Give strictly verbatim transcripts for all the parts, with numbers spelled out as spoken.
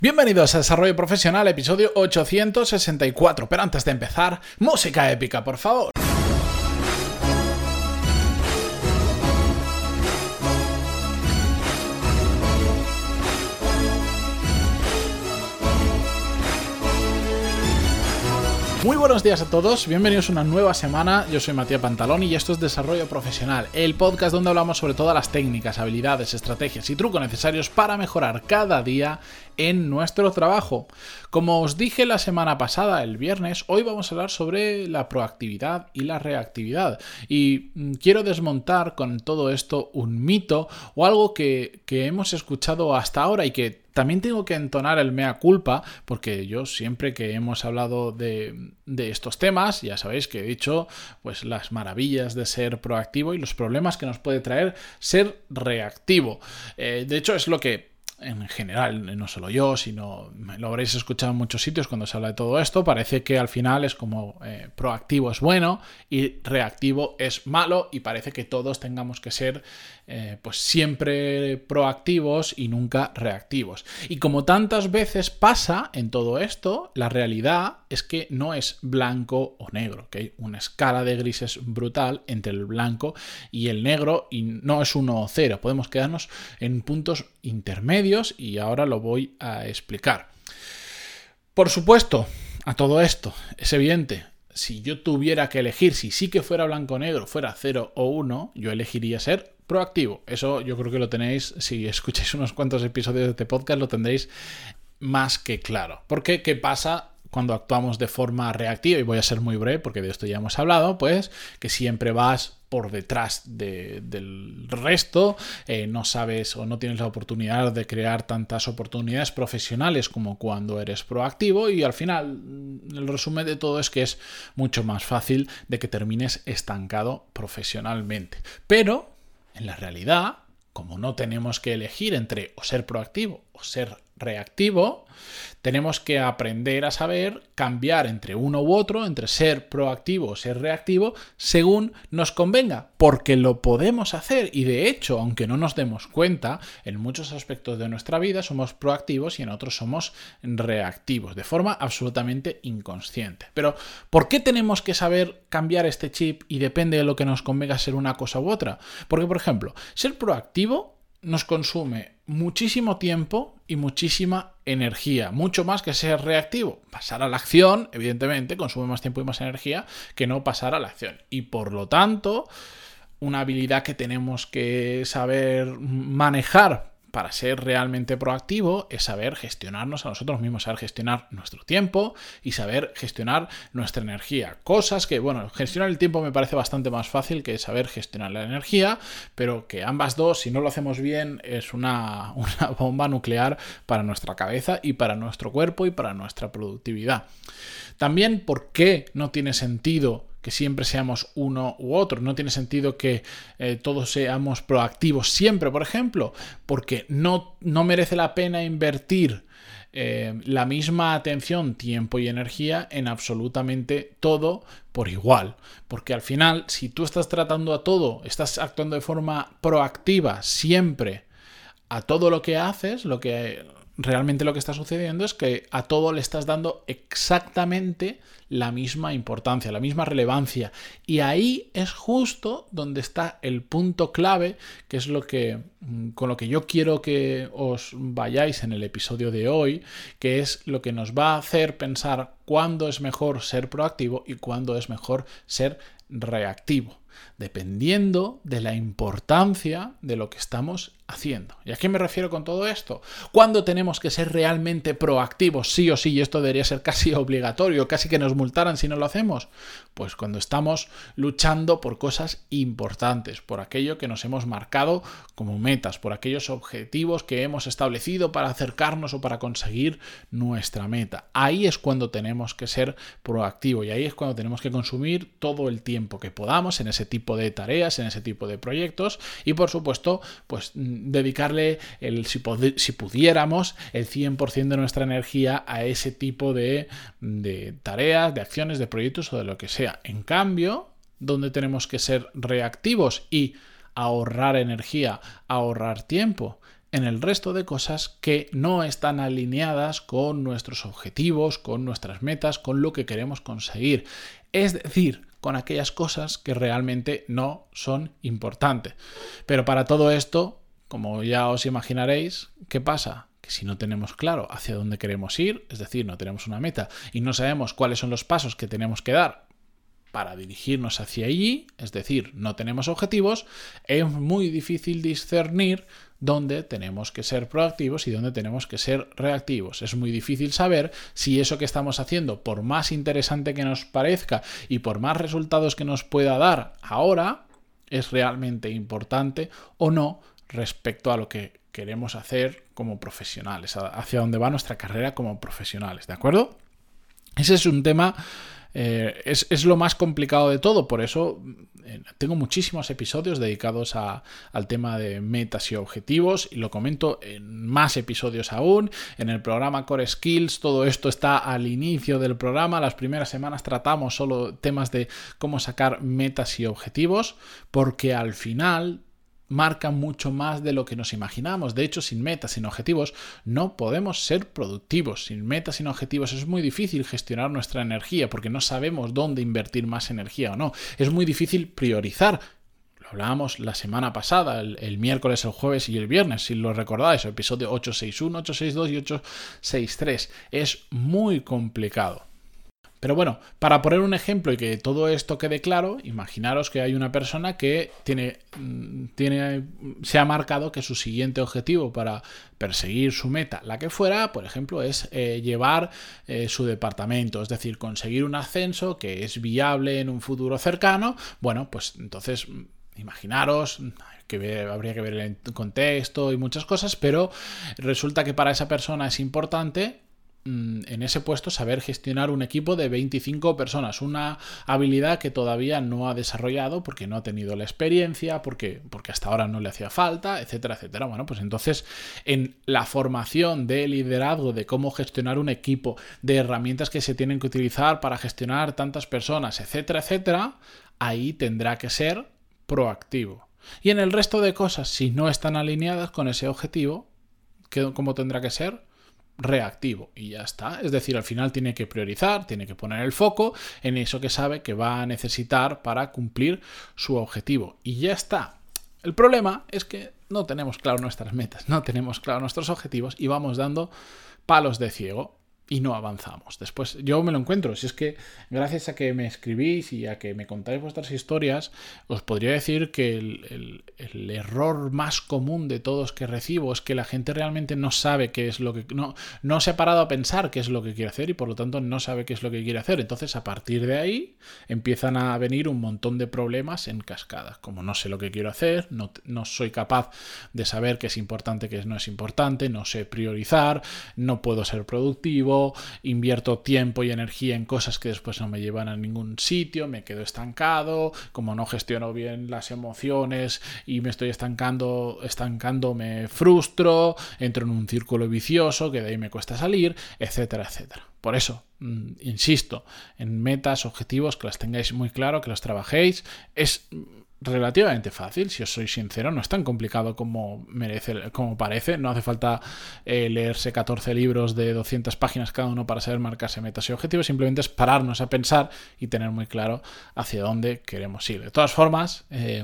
Bienvenidos a Desarrollo Profesional, episodio ochocientos sesenta y cuatro. Pero antes de empezar, música épica, por favor. Muy buenos días a todos, bienvenidos a una nueva semana. Yo soy Matías Pantaloni y esto es Desarrollo Profesional, el podcast donde hablamos sobre todas las técnicas, habilidades, estrategias y trucos necesarios para mejorar cada día en nuestro trabajo. Como os dije la semana pasada, el viernes, hoy vamos a hablar sobre la proactividad y la reactividad. Y quiero desmontar con todo esto un mito o algo que, que hemos escuchado hasta ahora y que también tengo que entonar el mea culpa, porque yo siempre que hemos hablado de, de estos temas, ya sabéis que he dicho pues las maravillas de ser proactivo y los problemas que nos puede traer ser reactivo. Eh, de hecho, es lo que en general, no solo yo, sino lo habréis escuchado en muchos sitios cuando se habla de todo esto, parece que al final es como eh, proactivo es bueno y reactivo es malo, y parece que todos tengamos que ser eh, pues siempre proactivos y nunca reactivos. Y como tantas veces pasa en todo esto, la realidad es que no es blanco o negro, que hay una escala de grises brutal entre el blanco y el negro, y no es uno o cero, podemos quedarnos en puntos intermedios y ahora lo voy a explicar. Por supuesto, a todo esto es evidente, si yo tuviera que elegir, si sí que fuera blanco o negro, fuera cero o uno, yo elegiría ser proactivo. Eso yo creo que lo tenéis, si escucháis unos cuantos episodios de este podcast, lo tendréis más que claro. Porque, ¿qué pasa cuando actuamos de forma reactiva? Y voy a ser muy breve porque de esto ya hemos hablado, pues que siempre vas por detrás de, del resto, eh, no sabes o no tienes la oportunidad de crear tantas oportunidades profesionales como cuando eres proactivo, y al final el resumen de todo es que es mucho más fácil de que termines estancado profesionalmente. Pero en la realidad, como no tenemos que elegir entre o ser proactivo o ser reactivo, tenemos que aprender a saber cambiar entre uno u otro, entre ser proactivo o ser reactivo, según nos convenga, porque lo podemos hacer. Y de hecho, aunque no nos demos cuenta, en muchos aspectos de nuestra vida somos proactivos y en otros somos reactivos, de forma absolutamente inconsciente. Pero, ¿por qué tenemos que saber cambiar este chip y depende de lo que nos convenga ser una cosa u otra? Porque, por ejemplo, ser proactivo nos consume muchísimo tiempo y muchísima energía, mucho más que ser reactivo. Pasar a la acción, evidentemente, consume más tiempo y más energía que no pasar a la acción. Y por lo tanto, una habilidad que tenemos que saber manejar para ser realmente proactivo es saber gestionarnos a nosotros mismos, saber gestionar nuestro tiempo y saber gestionar nuestra energía. Cosas que, bueno, gestionar el tiempo me parece bastante más fácil que saber gestionar la energía, pero que ambas dos, si no lo hacemos bien, es una, una bomba nuclear para nuestra cabeza y para nuestro cuerpo y para nuestra productividad. También, ¿por qué no tiene sentido que siempre seamos uno u otro? No tiene sentido que eh, todos seamos proactivos siempre, por ejemplo, porque no, no merece la pena invertir eh, la misma atención, tiempo y energía en absolutamente todo por igual. Porque al final, si tú estás tratando a todo, estás actuando de forma proactiva siempre a todo lo que haces, lo que realmente lo que está sucediendo es que a todo le estás dando exactamente la misma importancia, la misma relevancia. Y ahí es justo donde está el punto clave, que es lo que con lo que yo quiero que os vayáis en el episodio de hoy, que es lo que nos va a hacer pensar cuándo es mejor ser proactivo y cuándo es mejor ser reactivo, dependiendo de la importancia de lo que estamos haciendo. ¿Y a qué me refiero con todo esto? ¿Cuándo tenemos que ser realmente proactivos, sí o sí, y esto debería ser casi obligatorio, casi que nos multaran si no lo hacemos? Pues cuando estamos luchando por cosas importantes, por aquello que nos hemos marcado como metas, por aquellos objetivos que hemos establecido para acercarnos o para conseguir nuestra meta. Ahí es cuando tenemos que ser proactivos y ahí es cuando tenemos que consumir todo el tiempo que podamos en ese tipo de tareas, en ese tipo de proyectos y, por supuesto, pues dedicarle, el, si, pod- si pudiéramos, el cien por ciento de nuestra energía a ese tipo de, de tareas, de acciones, de proyectos o de lo que sea. En cambio, donde tenemos que ser reactivos y ahorrar energía, ahorrar tiempo, en el resto de cosas que no están alineadas con nuestros objetivos, con nuestras metas, con lo que queremos conseguir. Es decir, con aquellas cosas que realmente no son importantes. Pero para todo esto, como ya os imaginaréis, ¿qué pasa? Que si no tenemos claro hacia dónde queremos ir, es decir, no tenemos una meta y no sabemos cuáles son los pasos que tenemos que dar para dirigirnos hacia allí, es decir, no tenemos objetivos, es muy difícil discernir dónde tenemos que ser proactivos y dónde tenemos que ser reactivos. Es muy difícil saber si eso que estamos haciendo, por más interesante que nos parezca y por más resultados que nos pueda dar ahora, es realmente importante o no respecto a lo que queremos hacer como profesionales, hacia dónde va nuestra carrera como profesionales, ¿de acuerdo? Ese es un tema... Eh, es, es lo más complicado de todo, por eso eh, tengo muchísimos episodios dedicados a, al tema de metas y objetivos y lo comento en más episodios aún. En el programa Core Skills todo esto está al inicio del programa. Las primeras semanas tratamos solo temas de cómo sacar metas y objetivos, porque al final marca mucho más de lo que nos imaginamos. De hecho, sin metas, sin objetivos, no podemos ser productivos. Sin metas, sin objetivos, es muy difícil gestionar nuestra energía porque no sabemos dónde invertir más energía o no. Es muy difícil priorizar. Lo hablábamos la semana pasada, el, el miércoles, el jueves y el viernes, si lo recordáis, el episodio ochocientos sesenta y uno, ochocientos sesenta y dos y ochocientos sesenta y tres. Es muy complicado. Pero bueno, para poner un ejemplo y que todo esto quede claro, imaginaros que hay una persona que tiene, tiene, se ha marcado que su siguiente objetivo para perseguir su meta, la que fuera, por ejemplo, es eh, llevar eh, su departamento, es decir, conseguir un ascenso que es viable en un futuro cercano. Bueno, pues entonces imaginaros que ver, habría que ver el contexto y muchas cosas, pero resulta que para esa persona es importante en ese puesto saber gestionar un equipo de veinticinco personas, una habilidad que todavía no ha desarrollado porque no ha tenido la experiencia, porque, porque hasta ahora no le hacía falta, etcétera, etcétera. Bueno, pues entonces en la formación de liderazgo, de cómo gestionar un equipo, de herramientas que se tienen que utilizar para gestionar tantas personas, etcétera, etcétera, ahí tendrá que ser proactivo. Y en el resto de cosas, si no están alineadas con ese objetivo, ¿cómo tendrá que ser? Reactivo y ya está. Es decir, al final tiene que priorizar, tiene que poner el foco en eso que sabe que va a necesitar para cumplir su objetivo y ya está. El problema es que no tenemos claro nuestras metas, no tenemos claro nuestros objetivos y vamos dando palos de ciego y no avanzamos. Después yo me lo encuentro. Si es que gracias a que me escribís y a que me contáis vuestras historias, os podría decir que el, el, el error más común de todos que recibo es que la gente realmente no sabe qué es lo que... No, no se ha parado a pensar qué es lo que quiere hacer y por lo tanto no sabe qué es lo que quiere hacer. Entonces a partir de ahí empiezan a venir un montón de problemas en cascada. Como no sé lo que quiero hacer, no, no soy capaz de saber qué es importante, qué no es importante, no sé priorizar, no puedo ser productivo, invierto tiempo y energía en cosas que después no me llevan a ningún sitio, me quedo estancado, como no gestiono bien las emociones y me estoy estancando, estancando me frustro, entro en un círculo vicioso que de ahí me cuesta salir, etcétera, etcétera. Por eso, mmm, insisto, en metas, objetivos, que las tengáis muy claro, que los trabajéis, es relativamente fácil, si os soy sincero, no es tan complicado como merece, como parece. No hace falta eh, leerse catorce libros de doscientas páginas cada uno para saber marcarse metas y objetivos, simplemente es pararnos a pensar y tener muy claro hacia dónde queremos ir. De todas formas, eh,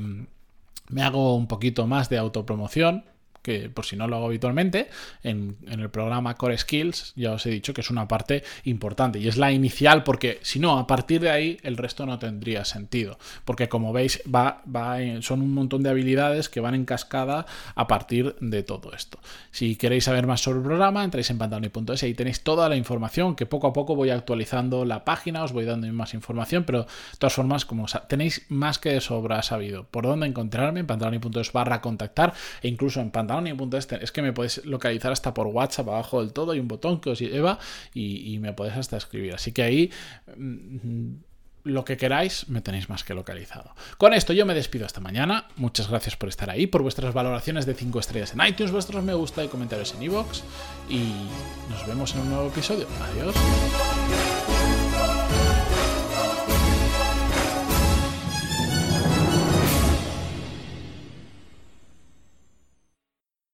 me hago un poquito más de autopromoción, que por si no lo hago habitualmente, en, en el programa Core Skills ya os he dicho que es una parte importante y es la inicial, porque si no, a partir de ahí el resto no tendría sentido, porque como veis va, va en, son un montón de habilidades que van en cascada a partir de todo esto. Si queréis saber más sobre el programa, entráis en pantaloni punto es y ahí tenéis toda la información, que poco a poco voy actualizando la página, os voy dando más información, pero de todas formas, como tenéis más que de sobra sabido por dónde encontrarme, en pantaloni punto es barra contactar, e incluso en pantaloni punto es es que me podéis localizar hasta por WhatsApp. Abajo del todo hay un botón que os lleva y, y me podéis hasta escribir, así que ahí mmm, lo que queráis me tenéis más que localizado. Con esto yo me despido hasta mañana. Muchas gracias por estar ahí, por vuestras valoraciones de cinco estrellas en iTunes, vuestros me gusta y comentarios en iVoox, y nos vemos en un nuevo episodio. Adiós.